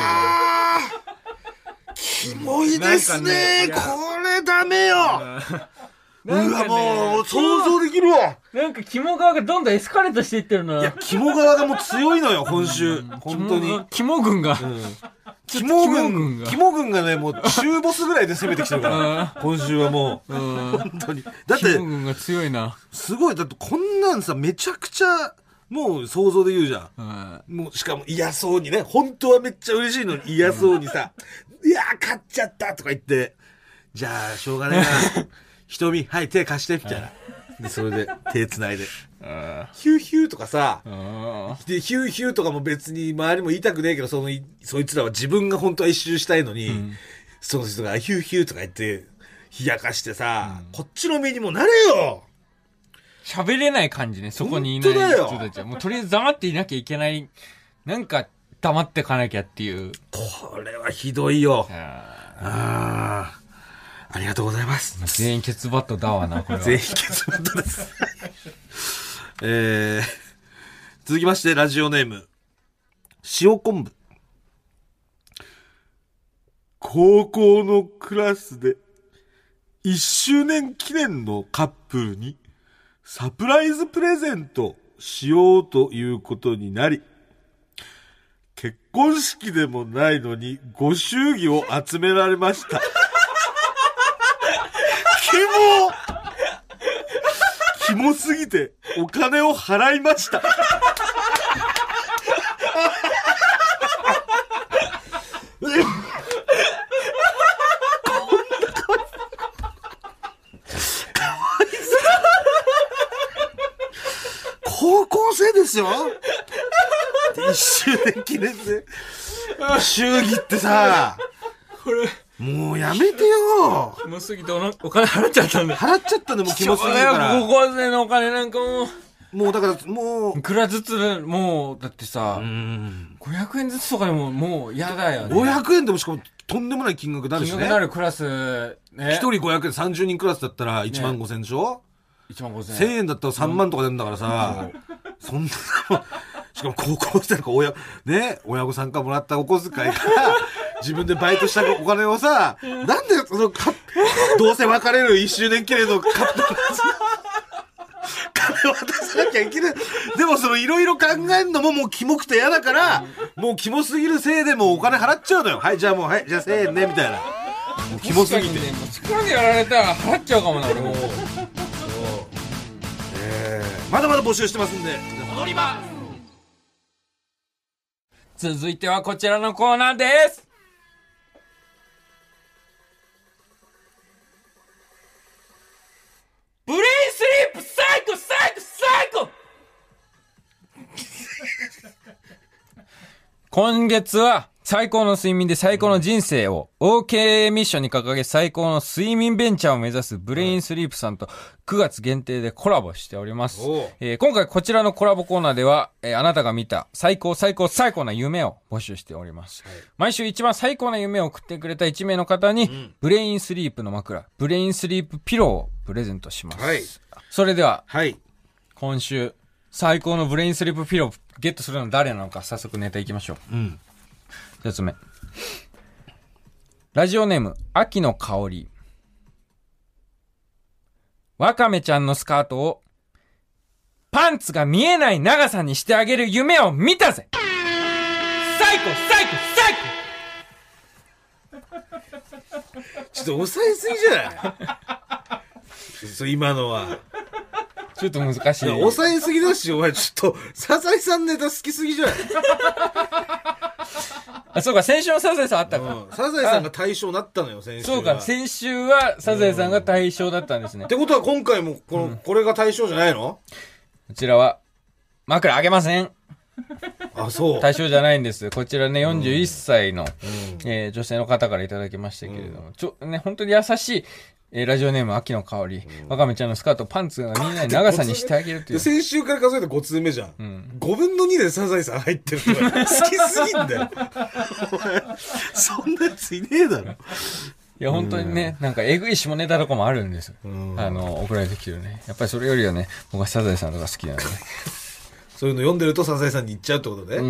してる。キモいですね。これダメよ。うわ、もう想像できるわ。 なんか肝側がどんどんエスカレートしていってるな。 いや、肝側がもう強いのよ、今週。本当に。 肝軍が。 肝軍、肝軍がね、もう中ボスぐらいで攻めてきてるから。今週はもう。本当に。だって、 肝軍が強いな。 すごい。だってこんなんさ、めちゃくちゃ、もう想像で言うじゃん。もうしかも嫌そうにね、本当はめっちゃ嬉しいのに嫌そうにさ、いやー勝っちゃったとか言って、じゃあしょうがないな。瞳、はい、手貸して、みたいな。で、それで、手繋いで。ヒューヒューとかさ、で、ヒューヒューとかも別に周りも言いたくねえけど、その、そいつらは自分が本当は一周したいのに、うん、その人がヒューヒューとか言って、冷やかしてさ、うん、こっちの身にもなれよ。 喋れない感じね、そこにいない人たちは。もうとりあえず黙っていなきゃいけない。なんか、黙ってかなきゃっていう。 これはひどいよ。ああ。ありがとうございます。 全員ケツバットだわな、これは。 全員ケツバットです。えー、続きまして、ラジオネーム。塩昆布。高校のクラスで、いっしゅうねん記念のカップルに、サプライズプレゼントしようということになり、結婚式でもないのに、ご祝儀を集められました。キモキモすぎてお金を払いました高校生ですよ。いっしゅうねん記念で祝儀ってさ、 これもうやめてよ。 キモすぎて お, お金払っちゃったんだ。 払っちゃったんだもうキモすぎるから。 高校生のお金なんかもう。 もうだからもう。 いくらずつ、もう、だってさ、うんごひゃくえんずつとかでももう嫌だよね。 ごひゃくえんでもしかもとんでもない金額になるしね。 金額になるクラス、ね。 ひとりごひゃくえんさんじゅうにんクラスだったらいちまんごせんでしょ、 ね、いちまんごせん。 せんえんだったらさんまんとか出るんだからさ、うん、そんな、しかも高校生なんか親、ね、親御さんからもらったお小遣いから、自分でバイトしたお金をさ、なんでそのカどうせ別れるいっしゅうねん記念のカップル金渡さなきゃいけない。でもそのいろいろ考えるのももうキモくて嫌だから、もうキモすぎるせいでもうお金払っちゃうのよ。はい、じゃあもう、はい、じゃあせんえんね、みたいな。もうキモすぎて。ね、 力でやられたら払っちゃうかもな、俺も。そう。 えー、まだまだ募集してますんで。 戻ります。続いてはこちらのコーナーです。ブレインスリープサイコサイコサイコ今月は最高の睡眠で最高の人生を オーケー ミッションに掲げ最高の睡眠ベンチャーを目指すブレインスリープさんとくがつ限定でコラボしております。えー、今回こちらのコラボコーナーでは、えー、あなたが見た最高最高最高な夢を募集しております。はい、毎週一番最高な夢を送ってくれたいちめいの方に、うん、ブレインスリープの枕、ブレインスリープピローをプレゼントします。はい、それでは、はい、今週最高のブレインスリープピローゲットするのは誰なのか早速ネタいきましょう。うん、ひとつめ。ラジオネーム、秋の香り。わかめちゃんのスカートをパンツが見えない長さにしてあげる夢を見たぜ。最高最高最高ちょっと抑えすぎじゃないそう今のは。 ちょっと難しい。い抑えすぎだし、お前ちょっと、サザエさんネタ好きすぎじゃないあ、そうか、先週のサザエさんあったか、 うん。サザエさんが対象になったのよ、先週は。 そうか、先週はサザエさんが対象だったんですね。 ってことは今回もこの、うん、これが対象じゃないの？ こちらは、枕あげません。 あ、そう。 対象じゃないんです。こちらね、よんじゅういっさいの、うんえー、女性の方からいただきましたけれども、うん、ちょ、ね、本当に優しい、えー、ラジオネーム、秋の香り、うん、わかめちゃんのスカート、パンツが見えない長さにしてあげるという。 先週から数えてご通目じゃん。うん、ごぶんのにでサザエさん入ってるって好きすぎんだよ。そんなやついねえだろ。 いや、本当にね、うん、なんか、えぐい下ネタとかもあるんですよ。うん、あの、送られてきてるね。やっぱりそれよりはね、僕はサザエさんとか好きなので、ね。 そういうの読んでるとサザエさんに行っちゃうってことね。 うん。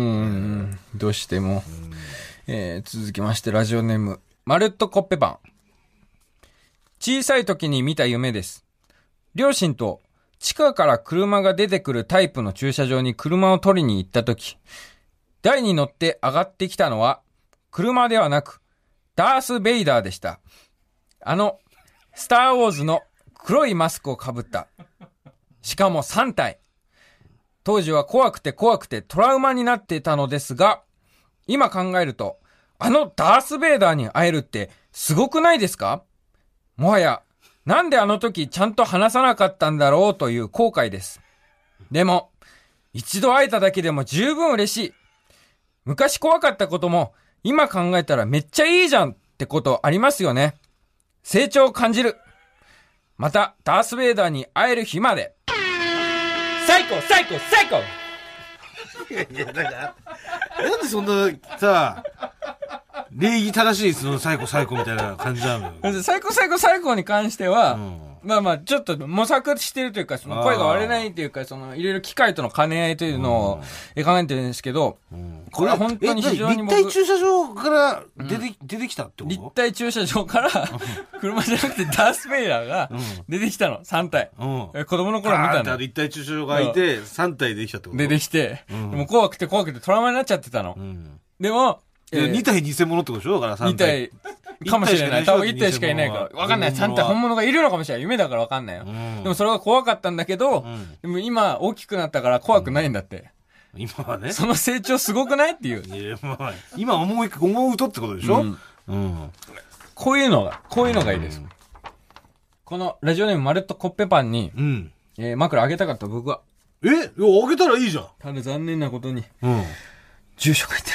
どうしても。えー、続きまして、ラジオネーム、まるっとコッペパン。小さい時に見た夢です。両親と地下から車が出てくるタイプの駐車場に車を取りに行った時、台に乗って上がってきたのは、車ではなく、ダース・ベイダーでした。あの、スター・ウォーズの黒いマスクをかぶった。しかもさん体。当時は怖くて怖くてトラウマになっていたのですが、今考えると、あのダース・ベイダーに会えるってすごくないですか？もはや、なんであの時ちゃんと話さなかったんだろうという後悔です。でも、一度会えただけでも十分嬉しい。昔怖かったことも、今考えたらめっちゃいいじゃんってことありますよね。成長を感じる。また、ダース・ベイダーに会える日まで。最高最高最高いやいや、だから、なんでそんな、さ、礼儀正しい、その最高最高みたいな感じなのよ。 最高最高最高に関しては、うん、まあまあ、ちょっと模索してるというか、その声が割れないというか、その、いろいろ機械との兼ね合いというのを考えてるんですけど、うん、これは本当に非常に僕。 立体駐車場から出て、うん、出てきたってこと？ 立体駐車場から、車じゃなくてダース・ベイダーが出てきたの、さん体。うん、子供の頃見たの。 立体駐車場がいて、さん体出てきたってこと？ 出てきて、うん、でも怖くて怖くてトラウマになっちゃってたの。うん、でも、 えー、に体偽物ってことでしょ？だからさん体。 に体かもしれない。多分いち体しかいないから。わかんない。さん体本物がいるのかもしれない。夢だからわかんないよ。うん、でもそれが怖かったんだけど、うん、でも今大きくなったから怖くないんだって。 うん、今はね。 その成長すごくないっていう。 いや、まあ、今思い、思うとってことでしょ？うん。うん、 こういうのが、こういうのがいいです。うん、このラジオネームまるっとコッペパンに、うん、えー、枕あげたかった僕は。 え？いや、あげたらいいじゃん。 ただ残念なことに、うん、住所書いてない。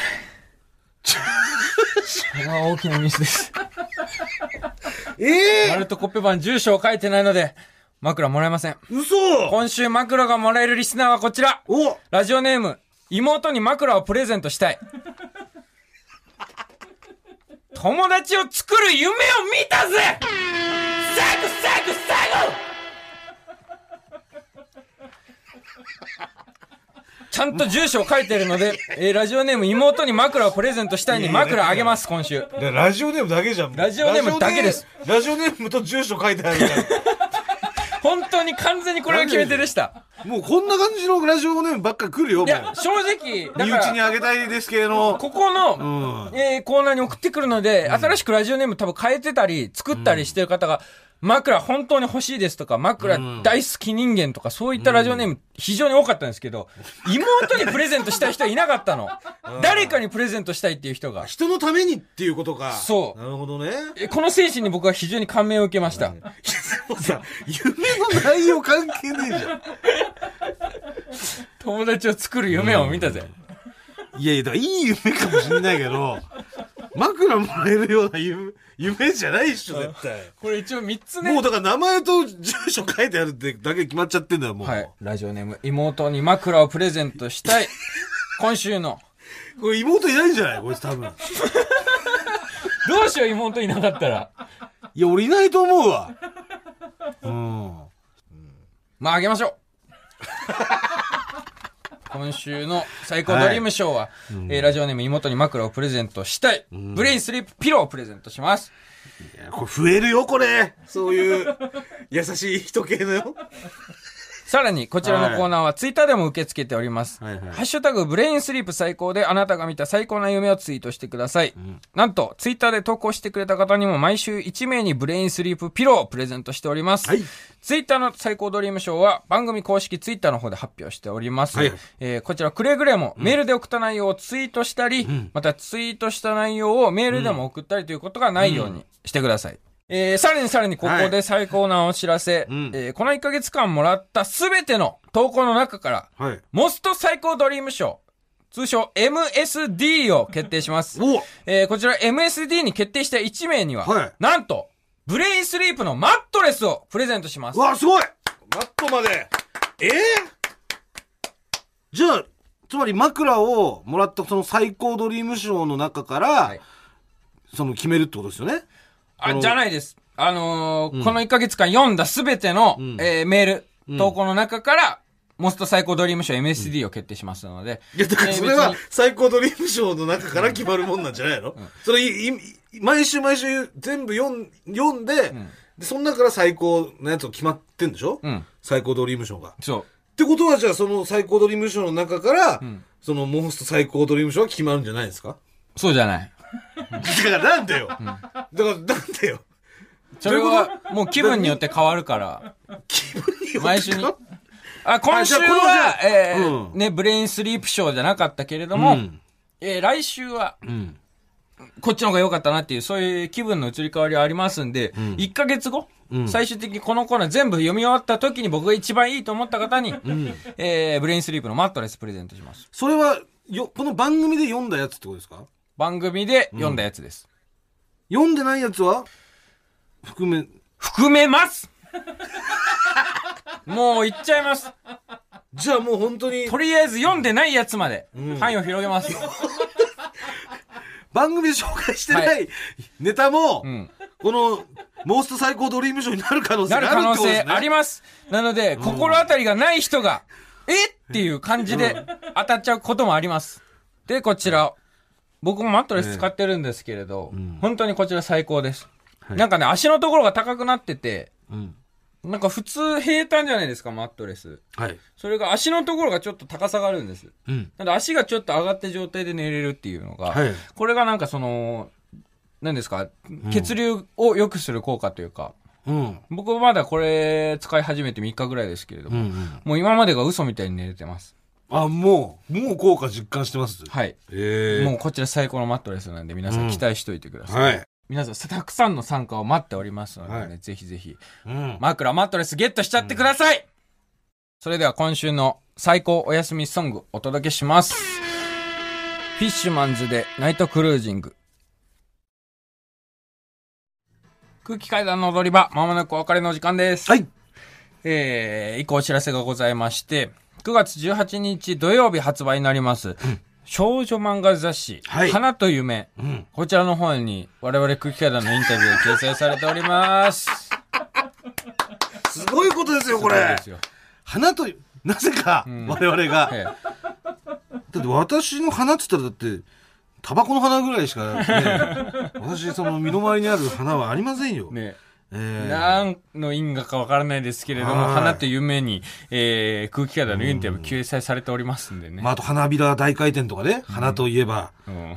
それは大きなミスです。 ええー、 まるっとコッペパン住所を書いてないので、枕もらえません。 嘘！ 今週枕がもらえるリスナーはこちら。 お！ ラジオネーム、妹に枕をプレゼントしたい。友達を作る夢を見たぜ！最後最後最後！ちゃんと住所を書いてるので、えー、ラジオネーム妹に枕をプレゼントしたいんで枕あげます、今週。 ラジオネームだけじゃん。 ラジオネームだけです。 ラジオネームと住所書いてあるから。 本当に完全にこれが決め手でした。 もうこんな感じのラジオネームばっか来るよ、もう。 いや、正直、 だから身内にあげたいですけど、 ここの、うん、えー、コーナーに送ってくるので、うん、新しくラジオネーム多分変えてたり、作ったりしてる方が、うん、枕本当に欲しいですとか、枕大好き人間とか、そういったラジオネーム非常に多かったんですけど、妹にプレゼントしたい人はいなかったの。誰かにプレゼントしたいっていう人が。 人のためにっていうことか。 そう。 なるほどね。 この精神に僕は非常に感銘を受けました。 でもさ、夢の内容関係ねえじゃん。 友達を作る夢を見たぜ。 いやいや、だからいい夢かもしれないけど、枕もらえるような夢、夢じゃないっしょ、絶対。 これ一応みっつね。 もうだから名前と住所書いてあるってだけ決まっちゃってんだよ、もう。 はい。ラジオネーム、妹に枕をプレゼントしたい。今週の。 これ妹いないんじゃないこいつ多分。 どうしよう、妹いなかったら。 いや、俺いないと思うわ。うん。 まあ、あげましょう。今週の最高ドリームショーは、はいうんえー、ラジオネーム妹に枕をプレゼントしたい、うん、ブレインスリープピローをプレゼントします。 いや、これ増えるよ、これ。そういう優しい人系のよ。 さらに、こちらのコーナーはツイッターでも受け付けております。はいはいはい、ハッシュタグブレインスリープ最高であなたが見た最高な夢をツイートしてください。うん、なんと、ツイッターで投稿してくれた方にも毎週いち名にブレインスリープピローをプレゼントしております。はい、ツイッターの最高ドリームショーは番組公式ツイッターの方で発表しております。はいえー、こちらくれぐれもメールで送った内容をツイートしたり、うん、またツイートした内容をメールでも送ったりということがないようにしてください。うんえー、さらにさらにここで最高なお知らせ、はいうんえー、このいっかげつかんもらったすべての投稿の中から、はい、モスト最高ドリーム賞、通称 エムエスディー を決定します。えー、こちら エムエスディー に決定したいち名には、はい、なんと、ブレインスリープのマットレスをプレゼントします。 うわ、すごいマットまでえー、じゃあ、つまり枕をもらったその最高ドリーム賞の中から、はい、その決めるってことですよね。 あ、じゃないです。あのーうん、このいっかげつかん読んだすべての、うんえー、メール、投稿の中から、 モスト最高ドリーム賞 エムエスディー を決定しますので。 いや、だからそれは最高ドリーム賞の中から決まるもんなんじゃないの、うん、それい、い、毎週毎週全部読ん読んで、うん、で、その中から最高のやつが決まってんでしょ、うん、最高ドリーム賞が。 そう。 ってことはじゃあその最高ドリーム賞の中から、うん、そのモスト最高ドリーム賞が決まるんじゃないですか？ そうじゃない。 だからなんだよ。うん、だからなんだよ。 それはもう気分によって変わるから。 気分によって毎週に。あ、今週は、えーうん、ね、ブレインスリープ賞じゃなかったけれども、うん、えー、来週は、うん、こっちの方が良かったなっていう、そういう気分の移り変わりはありますんで、うん、いっかげつご、うん、最終的にこのコーナー全部読み終わった時に僕が一番いいと思った方に、うん、えー、ブレインスリープのマットレスプレゼントします。 それは、よ、この番組で読んだやつってことですか？ 番組で読んだやつです。 うん、読んでないやつは含め、 含めますもう言っちゃいます。 じゃあもう本当に。 とりあえず読んでないやつまで、範囲を広げます。 番組で紹介してないネタも、はい、うん、この、モースト最高ドリーム賞になる可能性があるってことですね。なる可能性あります。 なので、心当たりがない人が、えっていう感じで当たっちゃうこともあります。で、こちら、僕もマットレス使ってるんですけれど、うん、本当にこちら最高です。はい、なんかね、足のところが高くなってて、うん、なんか普通平坦じゃないですか、マットレス。はい。それが足のところがちょっと高さがあるんです。うん。なので足がちょっと上がった状態で寝れるっていうのが、はい。これがなんかその、何ですか、血流を良くする効果というか、うん。僕はまだこれ使い始めてみっかぐらいですけれども、うんうん、もう今までが嘘みたいに寝れてます。 あ、もう、もう効果実感してます。 はい。えー、もうこちら最高のマットレスなんで皆さん期待しといてください。うん、はい。皆さん、たくさんの参加を待っておりますのでね、はい、ぜひぜひ、うん、枕、マットレスゲットしちゃってください、うん、それでは今週の最高お休みソングお届けします。フィッシュマンズでナイトクルージング。空気階段の踊り場、まもなくお別れの時間です。はい。えー、一個お知らせがございまして、くがつじゅうはちにち土曜日発売になります。うん、少女漫画雑誌、はい、花と夢、うん、こちらの方に我々空気階段のインタビュー掲載されております。 すごいことですよ、これ。花と、なぜか、うん、我々が。だって私の花って言ったらだって、タバコの花ぐらいしか、ね、私その身の回りにある花はありませんよ。ね。 えー、何の因果かわからないですけれども、花と夢に、えー、空気階段のインタビュー掲載されておりますんでね。 まあ、あと花びら大回転とかね、うん、花といえば、うん、うん、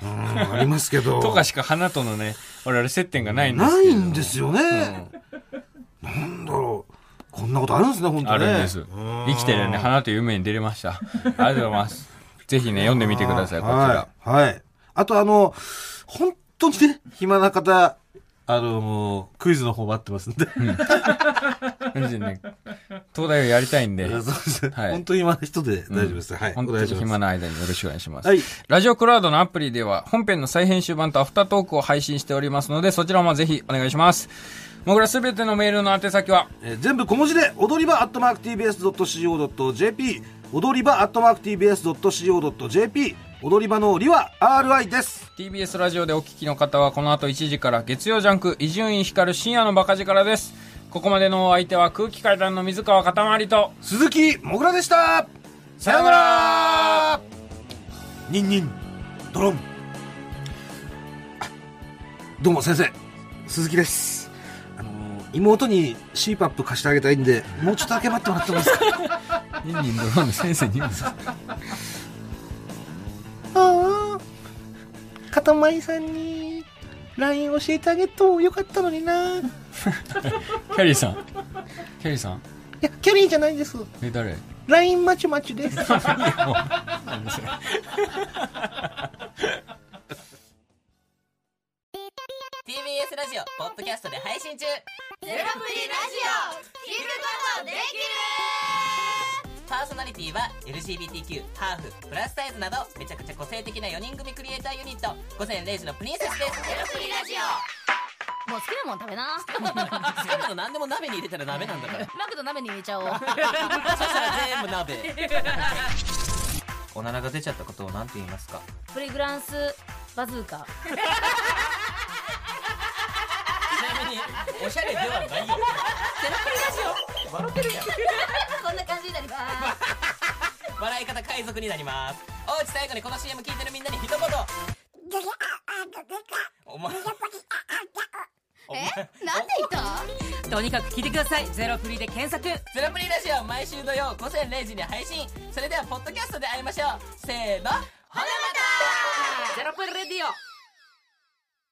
ありますけど。 とかしか花とのね、我々接点がないんですけど。 ないんですよね。うん、なんだろう。こんなことあるんですね、本当に、ね。 あるんです。生きてるね、花と夢に出れました。ありがとうございます。ぜひね、読んでみてください、こちら。 はい。はい。あとあの、本当にね、暇な方、あの、もう、クイズの方待ってますんで。うん。 ね、東大をやりたいんで。 そうですね。はい。本当に暇な人で大丈夫です。うん、はい。 本当に暇な間によろしくお願いします。はい。ラジオクラウドのアプリでは、本編の再編集版とアフタートークを配信しておりますので、そちらもぜひお願いします。もぐらすべてのメールの宛先は、 えー、全部小文字で、踊り場アットマーク ティービーエスドットシーオードットジェーピー、踊り場アットマーク ティービーエスドットシーオードットジェーピー、踊り場のりは アールアイ です。 ティービーエス ラジオでお聞きの方はこの後いちじから月曜ジャンク伊集院光る深夜のバカ力です。ここまでのお相手は空気階段の水川かたまりと鈴木もぐらでした。 さよなら。 ニンニンドロン。どうも先生、鈴木です。あのー、妹に シーパップ 貸してあげたいんで、もうちょっとだけ待ってもらってもいいですか。 ニンニンドロンで先生に言うんですか。 ああ、かたまりさんに ライン 教えてあげるとよかったのにな。 キャリーさん、キャリーさん、いや、キャリーじゃないです。 え、誰？ ライン マチュマチュです。何それ。 ティービーエス ラジオポッドキャストで配信中。ゼロプリラジオ聞くことできる。パーソナリティは エルジービーティーキュー、ハーフ、プラスサイズなどめちゃくちゃ個性的なよにん組クリエイターユニット午前れいじのプリンセスです。ゼロプリラジオ、もう好きなもん食べな。好きなの何でも鍋に入れたら鍋なんだから。マクド鍋に入れちゃおう。そしたら全部鍋。おならが出ちゃったことを何て言いますか？ プリグランスバズーカ。 ちなみにおしゃれではないよ。ゼロプリラジオ笑ってるやん。こんな感じになります。 笑い方海賊になります。おうち最後にこの シーエム 聞いてるみんなに一言。お前えなんで言ったとにかく聞いてください。ゼロプリで検索。ゼロプリラジオ毎週土曜午前れいじに配信。それではポッドキャストで会いましょう。せーの、ほなまた。ゼロプリラディオ。